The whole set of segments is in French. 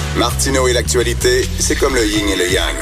Martineau et l'actualité, c'est comme le yin et le yang.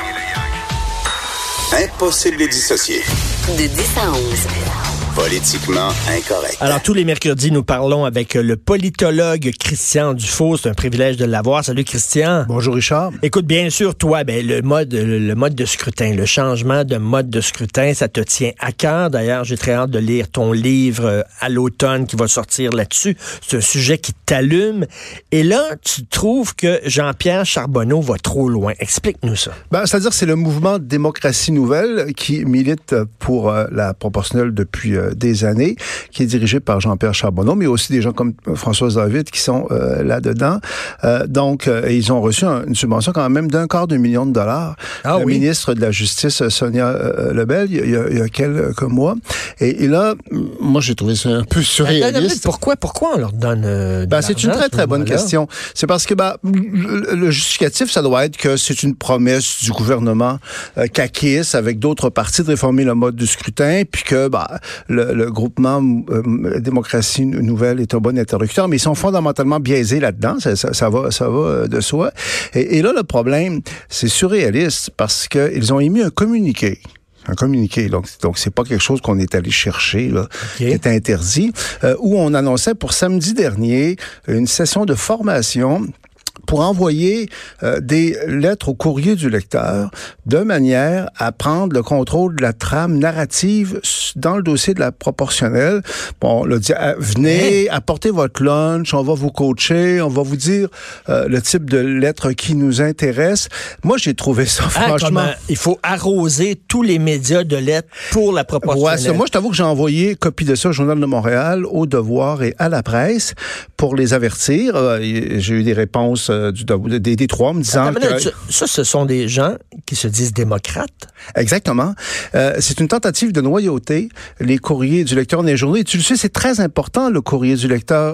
Impossible de les dissocier. De 10 à 11. Politiquement incorrect. Alors, tous les mercredis, nous parlons avec le politologue Christian Dufault. C'est un privilège de l'avoir. Salut, Christian. Bonjour, Richard. Écoute, bien sûr, toi, le mode de scrutin, le changement de mode de scrutin, ça te tient à cœur. D'ailleurs, j'ai très hâte de lire ton livre à l'automne qui va sortir là-dessus. C'est un sujet qui t'allume. Et là, tu trouves que Jean-Pierre Charbonneau va trop loin. Explique-nous ça. C'est-à-dire que c'est le mouvement Démocratie Nouvelle qui milite pour la proportionnelle depuis des années, qui est dirigé par Jean-Pierre Charbonneau, mais aussi des gens comme Françoise David qui sont là-dedans. Donc, ils ont reçu une subvention quand même d'$250 million. Le ministre de la Justice, Sonia Lebel, il y a quelques mois. Et là, moi, j'ai trouvé ça un peu surréaliste. Pourquoi on leur donne c'est une très, très bonne question. C'est parce que le justificatif, ça doit être que c'est une promesse du gouvernement caquiste avec d'autres partis de réformer le mode du scrutin, puis que le groupement Démocratie Nouvelle est un bon interlocuteur, mais ils sont fondamentalement biaisés là-dedans, ça va de soi. Et là, le problème, c'est surréaliste parce qu'ils ont émis un communiqué. Donc c'est pas quelque chose qu'on est allé chercher, là, qui est interdit, où on annonçait pour samedi dernier une session de formation pour envoyer des lettres au courrier du lecteur de manière à prendre le contrôle de la trame narrative dans le dossier de la proportionnelle. Bon, on l'a dit, venez, apportez votre lunch, on va vous coacher, on va vous dire le type de lettres qui nous intéresse. Moi, j'ai trouvé ça franchement... il faut arroser tous les médias de lettres pour la proportionnelle. Ouais, moi, je t'avoue que j'ai envoyé copie de ça au Journal de Montréal, au Devoir et à la presse pour les avertir. J'ai eu des réponses des trois me disant ça, ce sont des gens qui se disent démocrates. Exactement. C'est une tentative de noyauter les courriers du lecteur dans les journaux. Et tu le sais, c'est très important, le courrier du lecteur.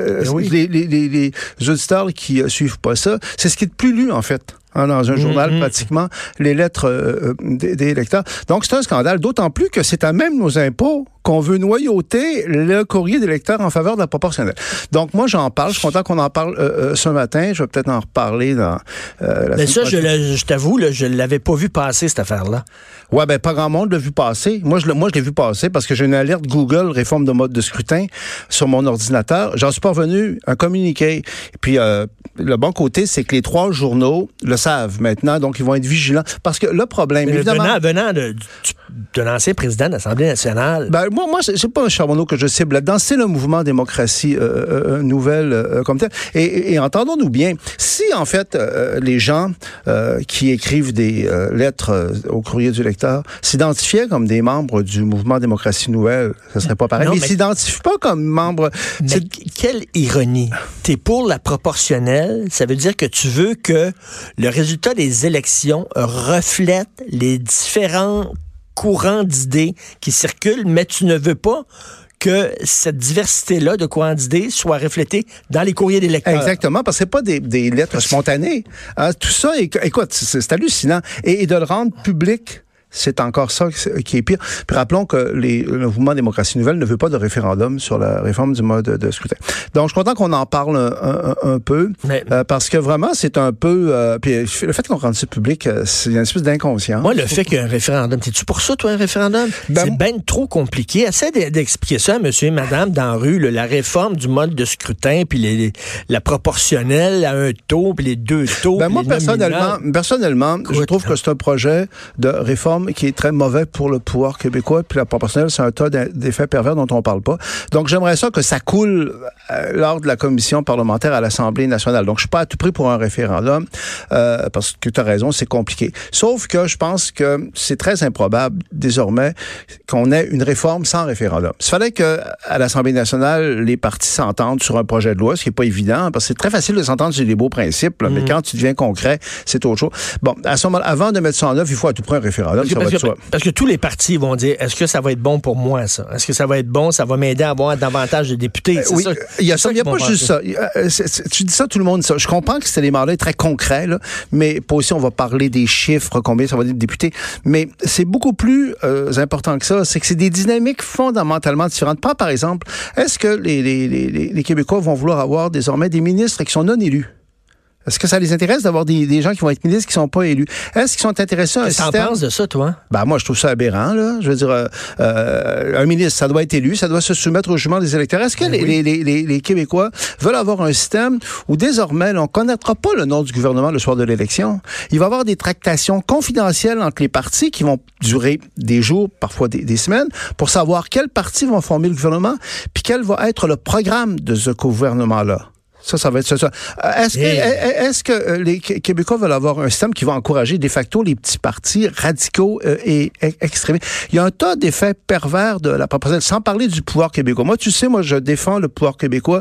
Les auditeurs qui suivent pas ça, c'est ce qui est le plus lu, en fait. Dans un journal, pratiquement, les lettres des lecteurs. Donc, c'est un scandale, d'autant plus que c'est à même nos impôts qu'on veut noyauter le courrier des lecteurs en faveur de la proportionnelle. Donc, moi, j'en parle. Je suis content qu'on en parle ce matin. Je vais peut-être en reparler dans la Mais ça, je t'avoue, je ne l'avais pas vu passer, cette affaire-là. Ouais, pas grand monde l'a vu passer. Moi, je l'ai vu passer parce que j'ai une alerte Google, réforme de mode de scrutin, sur mon ordinateur. J'en suis pas revenu, un communiqué. Et puis, le bon côté, c'est que les trois journaux le savent maintenant, donc ils vont être vigilants. Parce que le problème, évidemment... Venant de l'ancien président de l'Assemblée nationale... Moi, c'est pas un Charbonneau que je cible là-dedans, c'est le mouvement Démocratie Nouvelle comme tel. Et entendons-nous bien, si en fait les gens qui écrivent des lettres au courrier du lecteur s'identifiaient comme des membres du mouvement Démocratie Nouvelle, ça serait pas pareil. Mais ils s'identifient pas comme membres... Mais quelle ironie! T'es pour la proportionnelle, ça veut dire que tu veux que le résultat des élections reflète les différents courants d'idées qui circulent, mais tu ne veux pas que cette diversité-là de courants d'idées soit reflétée dans les courriers des lecteurs. Exactement, parce que c'est pas des lettres spontanées. Tout ça, écoute, c'est hallucinant. Et de le rendre public... C'est encore ça qui est pire. Puis rappelons que le mouvement Démocratie Nouvelle ne veut pas de référendum sur la réforme du mode de scrutin. Donc, je suis content qu'on en parle un peu, parce que vraiment, c'est un peu... puis le fait qu'on rende ça public, c'est une espèce d'inconscience. Moi, le fait qu'il y ait un référendum, t'es-tu pour ça, toi, un référendum? C'est bien trop compliqué. Essaie d'expliquer ça à monsieur et madame dans la rue, la réforme du mode de scrutin, puis la proportionnelle à un taux, puis les deux taux. Moi, personnellement, je trouve que c'est un projet de réforme qui est très mauvais pour le pouvoir québécois, puis la proportionnelle, c'est un tas d'effets pervers dont on parle pas. Donc, j'aimerais ça que ça coule lors de la commission parlementaire à l'Assemblée nationale. Donc, je suis pas à tout prix pour un référendum, parce que tu as raison, c'est compliqué. Sauf que je pense que c'est très improbable, désormais, qu'on ait une réforme sans référendum. Il fallait que à l'Assemblée nationale, les partis s'entendent sur un projet de loi, ce qui est pas évident, parce que c'est très facile de s'entendre sur des beaux principes, là, mais quand tu deviens concret, c'est autre chose. Bon, à ce moment-là, avant de mettre ça en œuvre, il faut à tout prix un référendum. Parce que tous les partis vont dire, est-ce que ça va être bon pour moi, ça? Est-ce que ça va être bon, ça va m'aider à avoir davantage de députés? Oui, il y a ça, il n'y a pas juste ça. Tu dis ça, tout le monde dit ça. Je comprends que c'était des mandats très concrets, là, mais pas aussi on va parler des chiffres, combien ça va être de députés, mais c'est beaucoup plus important que ça. C'est que c'est des dynamiques fondamentalement différentes. Pas, par exemple, est-ce que les Québécois vont vouloir avoir désormais des ministres qui sont non élus? Est-ce que ça les intéresse d'avoir des gens qui vont être ministres qui sont pas élus? Est-ce qu'ils sont intéressés à un système... Qu'est-ce que t'en penses de ça, toi? Ben, moi, je trouve ça aberrant, là. Je veux dire, un ministre, ça doit être élu, ça doit se soumettre au jugement des électeurs. Est-ce que les Québécois veulent avoir un système où désormais, on ne connaîtra pas le nom du gouvernement le soir de l'élection? Il va y avoir des tractations confidentielles entre les partis qui vont durer des jours, parfois des semaines, pour savoir quels partis vont former le gouvernement, puis quel va être le programme de ce gouvernement-là. Ça va être ça. Est-ce que les Québécois veulent avoir un système qui va encourager de facto les petits partis radicaux et extrémistes? Il y a un tas d'effets pervers de la proposition, sans parler du pouvoir québécois. Moi, tu sais, je défends le pouvoir québécois.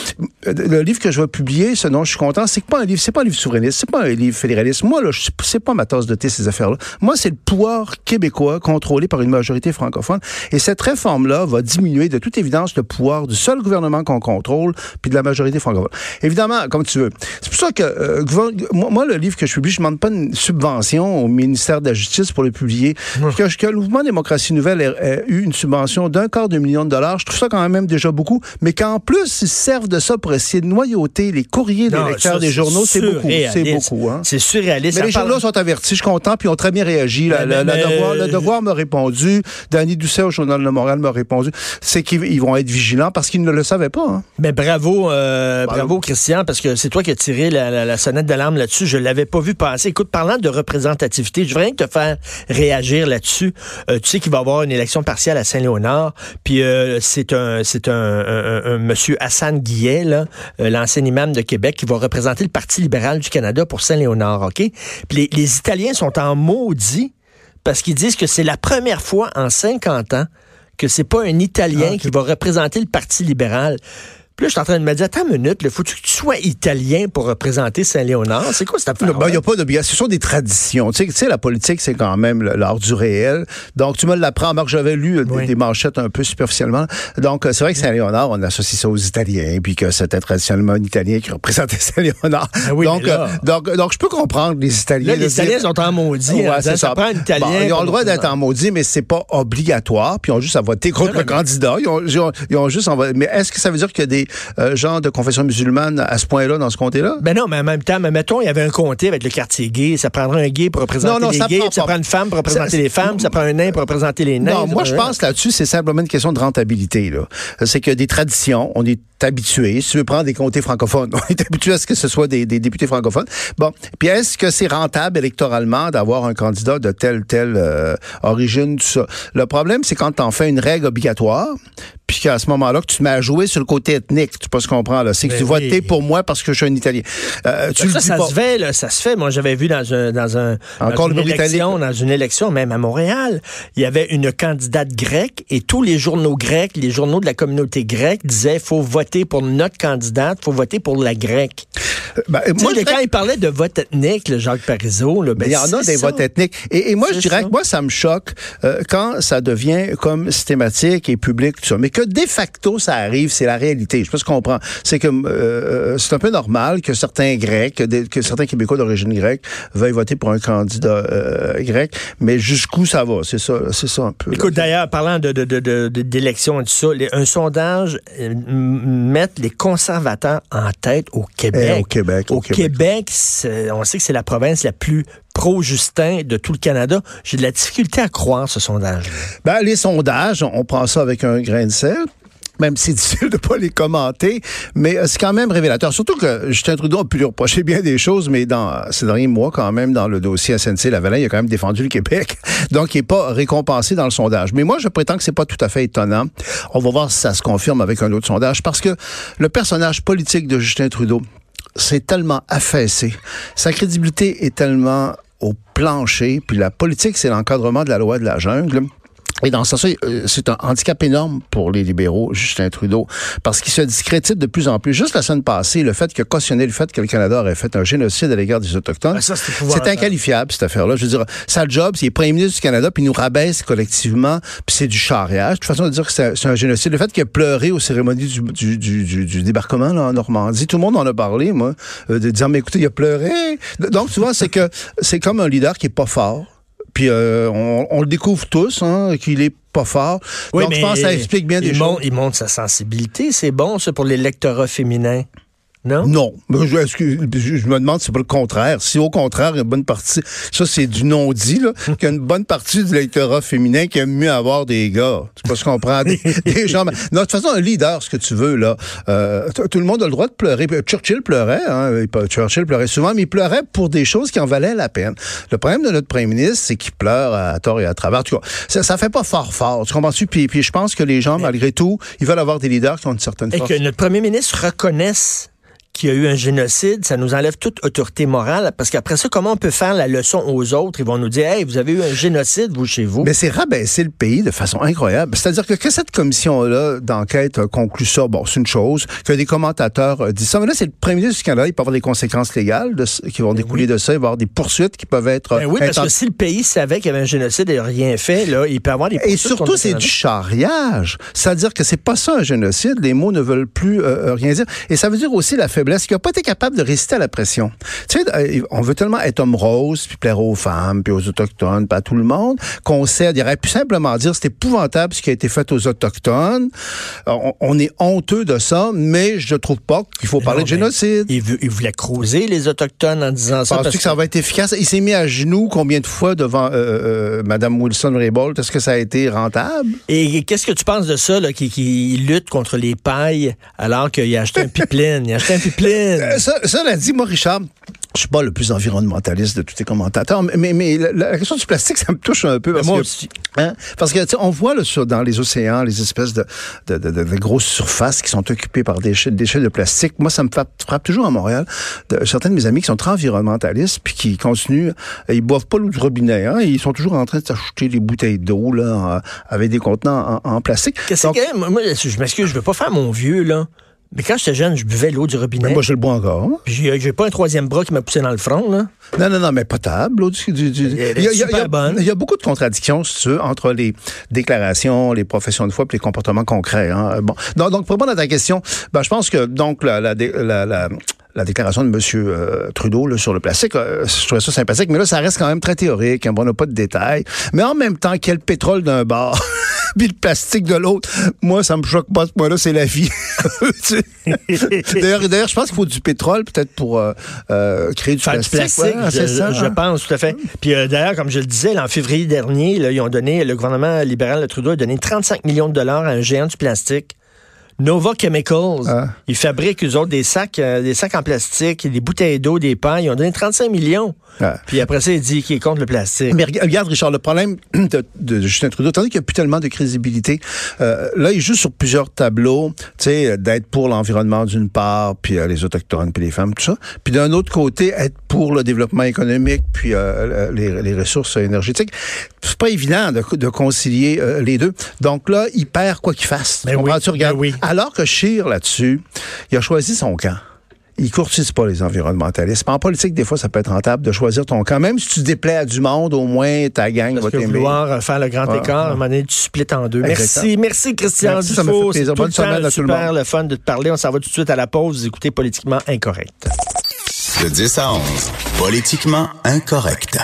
Le livre que je vais publier, ce dont je suis content, c'est pas un livre souverainiste, c'est pas un livre fédéraliste. Moi, là, c'est pas ma tasse de thé, ces affaires-là. Moi, c'est le pouvoir québécois contrôlé par une majorité francophone. Et cette réforme-là va diminuer de toute évidence le pouvoir du seul gouvernement qu'on contrôle, puis de la majorité francophone. Évidemment, comme tu veux. C'est pour ça que moi, le livre que je publie, je ne demande pas une subvention au ministère de la Justice pour le publier. Que le mouvement Démocratie Nouvelle ait eu une subvention $250,000, je trouve ça quand même déjà beaucoup, mais qu'en plus, ils servent de ça pour essayer de noyauter les courriers des lecteurs des journaux, c'est beaucoup. C'est beaucoup. Hein? C'est surréaliste. Mais les journaux sont avertis, je suis content, puis ils ont très bien réagi. Le Devoir m'a répondu, Danny Doucet au Journal de Montréal m'a répondu. C'est qu'ils vont être vigilants parce qu'ils ne le savaient pas. Hein? Mais bravo, Christian, parce que c'est toi qui as tiré la sonnette d'alarme là-dessus. Je l'avais pas vu passer. Écoute, parlant de représentativité, je voudrais te faire réagir là-dessus. Tu sais qu'il va y avoir une élection partielle à Saint-Léonard, puis c'est un monsieur Hassan Guillet, là, l'ancien imam de Québec, qui va représenter le Parti libéral du Canada pour Saint-Léonard, OK? Puis les Italiens sont en maudit parce qu'ils disent que c'est la première fois en 50 ans que c'est pas un Italien qui va représenter le Parti libéral. Puis là, je suis en train de me dire, attends une minute, il faut que tu sois italien pour représenter Saint-Léonard. C'est quoi cette affaire? Il n'y a pas d'obligation. Ce sont des traditions. Tu sais, la politique, c'est quand même l'art du réel. Donc, tu me l'apprends. Marc, j'avais lu des manchettes un peu superficiellement. Donc, c'est vrai que Saint-Léonard, on associe ça aux Italiens, puis que c'était traditionnellement un Italien qui représentait Saint-Léonard. Ah oui, donc, je peux comprendre les Italiens. Là, les Italiens sont en maudit. Ouais, c'est ça. Prend un Italien. Bon, ils ont le droit d'être en maudit, mais c'est pas obligatoire. Puis ils ont juste à voter contre le candidat. Ils ont juste Mais est-ce que ça veut dire qu'il y a des gens de confession musulmane à ce point-là, dans ce comté-là? Ben non, mais en même temps, mettons, il y avait un comté avec le quartier gay. Ça prendrait un gay pour représenter les gays, ça prend une femme pour représenter les femmes, ça prend un nain pour représenter les nains. Non, moi, je pense là-dessus, c'est simplement une question de rentabilité, là. C'est que des traditions, on est habitué. Si tu veux prendre des comtés francophones, on est habitué à ce que ce soit des députés francophones. Bon, puis est-ce que c'est rentable électoralement d'avoir un candidat de telle origine, tout ça? Le problème, c'est quand t'en fais une règle obligatoire, puis qu'à ce moment-là, que tu te mets à jouer sur le côté ethnique. Tu peux se comprendre, là. C'est que tu vas voter pour moi parce que je suis un Italien. Ça se fait. Moi, j'avais vu dans une élection, même à Montréal, il y avait une candidate grecque et tous les journaux grecs, les journaux de la communauté grecque disaient, faut voter pour notre candidate, faut voter pour la grecque. Quand il parlait de vote ethnique, le Jacques Parizeau, il y en a des votes ethniques. Et moi, je dirais que moi, ça me choque quand ça devient comme systématique et public, tout ça. Mais que de facto, ça arrive, c'est la réalité. Je sais pas ce qu'on comprend. C'est que c'est un peu normal que certains Grecs, que certains Québécois d'origine grecque veuillent voter pour un candidat grec, mais jusqu'où ça va? C'est ça un peu. Écoute, d'ailleurs, parlant d'élections et tout ça, un sondage met les conservateurs en tête au Québec. Au Québec, on sait que c'est la province la plus pro-Justin de tout le Canada. J'ai de la difficulté à croire ce sondage. Les sondages, on prend ça avec un grain de sel. Même si c'est difficile de pas les commenter, mais c'est quand même révélateur. Surtout que Justin Trudeau a pu lui reprocher bien des choses, mais dans ces derniers mois, quand même, dans le dossier SNC-Lavalin, il a quand même défendu le Québec. Donc, il n'est pas récompensé dans le sondage. Mais moi, je prétends que c'est pas tout à fait étonnant. On va voir si ça se confirme avec un autre sondage, parce que le personnage politique de Justin Trudeau, c'est tellement affaissé. Sa crédibilité est tellement au plancher, puis la politique, c'est l'encadrement de la loi de la jungle. Et dans ce sens, c'est un handicap énorme pour les libéraux, Justin Trudeau, parce qu'il se discrédite de plus en plus. Juste la semaine passée, le fait qu'il a cautionné le fait que le Canada aurait fait un génocide à l'égard des Autochtones, c'est inqualifiable, cette affaire-là. Je veux dire, sa job, c'est premier ministre du Canada, puis il nous rabaisse collectivement, puis c'est du charriage. De toute façon, de dire que c'est un génocide. Le fait qu'il a pleuré aux cérémonies du débarquement là, en Normandie, tout le monde en a parlé, moi, de dire, mais écoutez, il a pleuré. Donc, tu vois, c'est que c'est comme un leader qui est pas fort. Puis on le découvre tous, qu'il est pas fort. Oui, donc je pense que ça explique bien des choses. Il montre sa sensibilité. C'est bon, ça, pour l'électorat féminin. Non? Non. Je me demande si c'est pas le contraire. Si au contraire, une bonne partie, ça c'est du non-dit, là, qu'il y a une bonne partie du lectorat féminin qui aime mieux avoir des gars. Tu peux se comprendre. Des gens. Non, de toute façon, un leader, ce que tu veux, là, tout le monde a le droit de pleurer. Churchill pleurait, Churchill pleurait souvent, mais il pleurait pour des choses qui en valaient la peine. Le problème de notre premier ministre, c'est qu'il pleure à tort et à travers. En tout cas, ça fait pas fort. Tu comprends-tu? Puis je pense que les gens, malgré tout, ils veulent avoir des leaders qui ont une certaine force. Et que notre premier ministre reconnaisse qu'il y a eu un génocide, ça nous enlève toute autorité morale, parce qu'après ça, comment on peut faire la leçon aux autres? Ils vont nous dire, hey, vous avez eu un génocide, vous, chez vous. Mais c'est rabaisser le pays de façon incroyable. C'est-à-dire que cette commission-là d'enquête conclut ça, bon, c'est une chose, que des commentateurs disent ça, mais là, c'est le premier ministre du Canada, il peut avoir des conséquences légales qui vont découler de ça, il va y avoir des poursuites qui peuvent être... oui, parce que si le pays savait qu'il y avait un génocide et rien fait, là, il peut avoir des poursuites. Et surtout, c'est du charriage. C'est-à-dire que c'est pas ça un génocide, les mots ne veulent plus rien dire. Et ça veut dire aussi la faiblesse qu'il n'a pas été capable de résister à la pression. Tu sais, on veut tellement être homme rose, puis plaire aux femmes, puis aux Autochtones, puis à tout le monde, qu'on cède. Il aurait pu simplement dire c'est épouvantable ce qui a été fait aux Autochtones. On est honteux de ça, mais je trouve pas qu'il faut parler de génocide. Il voulait creuser les Autochtones en disant ça. Penses-tu que ça va être efficace? Il s'est mis à genoux combien de fois devant Mme Wilson-Raybould? Est-ce que ça a été rentable? Et qu'est-ce que tu penses de ça, là, qui lutte contre les pailles alors qu'il a acheté un pipeline? Il a acheté un pipeline. Ça l'a dit, moi, Richard, je suis pas le plus environnementaliste de tous les commentateurs, mais la question du plastique, ça me touche un peu. Parce moi que, aussi. Parce que, on voit là, dans les océans, les espèces de grosses surfaces qui sont occupées par des déchets de plastique. Moi, ça me frappe toujours à Montréal. Certains de mes amis qui sont très environnementalistes puis qui continuent, ils boivent pas l'eau du robinet, hein, ils sont toujours en train de s'acheter des bouteilles d'eau là, avec des contenants en plastique. Donc, moi, je m'excuse, je veux pas faire mon vieux, là. Mais quand j'étais jeune, je buvais l'eau du robinet. Ben moi, je le bois encore. Puis j'ai pas un troisième bras qui m'a poussé dans le front, là. Non, mais potable. L'eau Elle est super bonne. Il y a beaucoup de contradictions, si tu veux, entre les déclarations, les professions de foi et les comportements concrets. Hein. Bon. Donc, pour répondre à ta question, je pense que donc la déclaration de M. Trudeau là, sur le plastique, je trouvais ça sympathique, mais là, ça reste quand même très théorique. Hein, on n'a pas de détails. Mais en même temps, qu'il y ait le pétrole d'un bord puis le plastique de l'autre, moi, ça me choque pas à ce point-là, c'est la vie. D'ailleurs, je pense qu'il faut du pétrole peut-être pour créer du plastique. Ouais, c'est ça, je pense, tout à fait. Puis d'ailleurs, comme je le disais, là, en février dernier, là, le gouvernement libéral de Trudeau a donné 35 millions de dollars à un géant du plastique. Nova Chemicals, ils fabriquent, eux autres, des sacs en plastique, des bouteilles d'eau, des pailles. Ils ont donné 35 millions. Puis après ça, il dit qu'il est contre le plastique. Mais regarde, Richard, le problème de Justin Trudeau, tandis qu'il n'y a plus tellement de crédibilité, là, il joue sur plusieurs tableaux, tu sais, d'être pour l'environnement d'une part, puis les Autochtones, puis les femmes, tout ça. Puis d'un autre côté, être pour le développement économique, puis les ressources énergétiques. C'est pas évident de concilier les deux. Donc là, il perd quoi qu'il fasse. Ben oui, tu regardes. Ben oui. Alors que Scheer, là-dessus, il a choisi son camp. Il courtise pas les environnementalistes. En politique, des fois, ça peut être rentable de choisir ton camp. Même si tu te déplais à du monde, au moins ta gang va t'aimer. Vouloir faire le grand écart, à un moment donné, tu splits en deux. Exactement. Merci Christian Dufault. Ça m'a fait plaisir. Bonne semaine à tout le monde. Super le fun de te parler. On s'en va tout de suite à la pause. Vous écoutez Politiquement Incorrect. De 10 à 11, Politiquement Incorrect.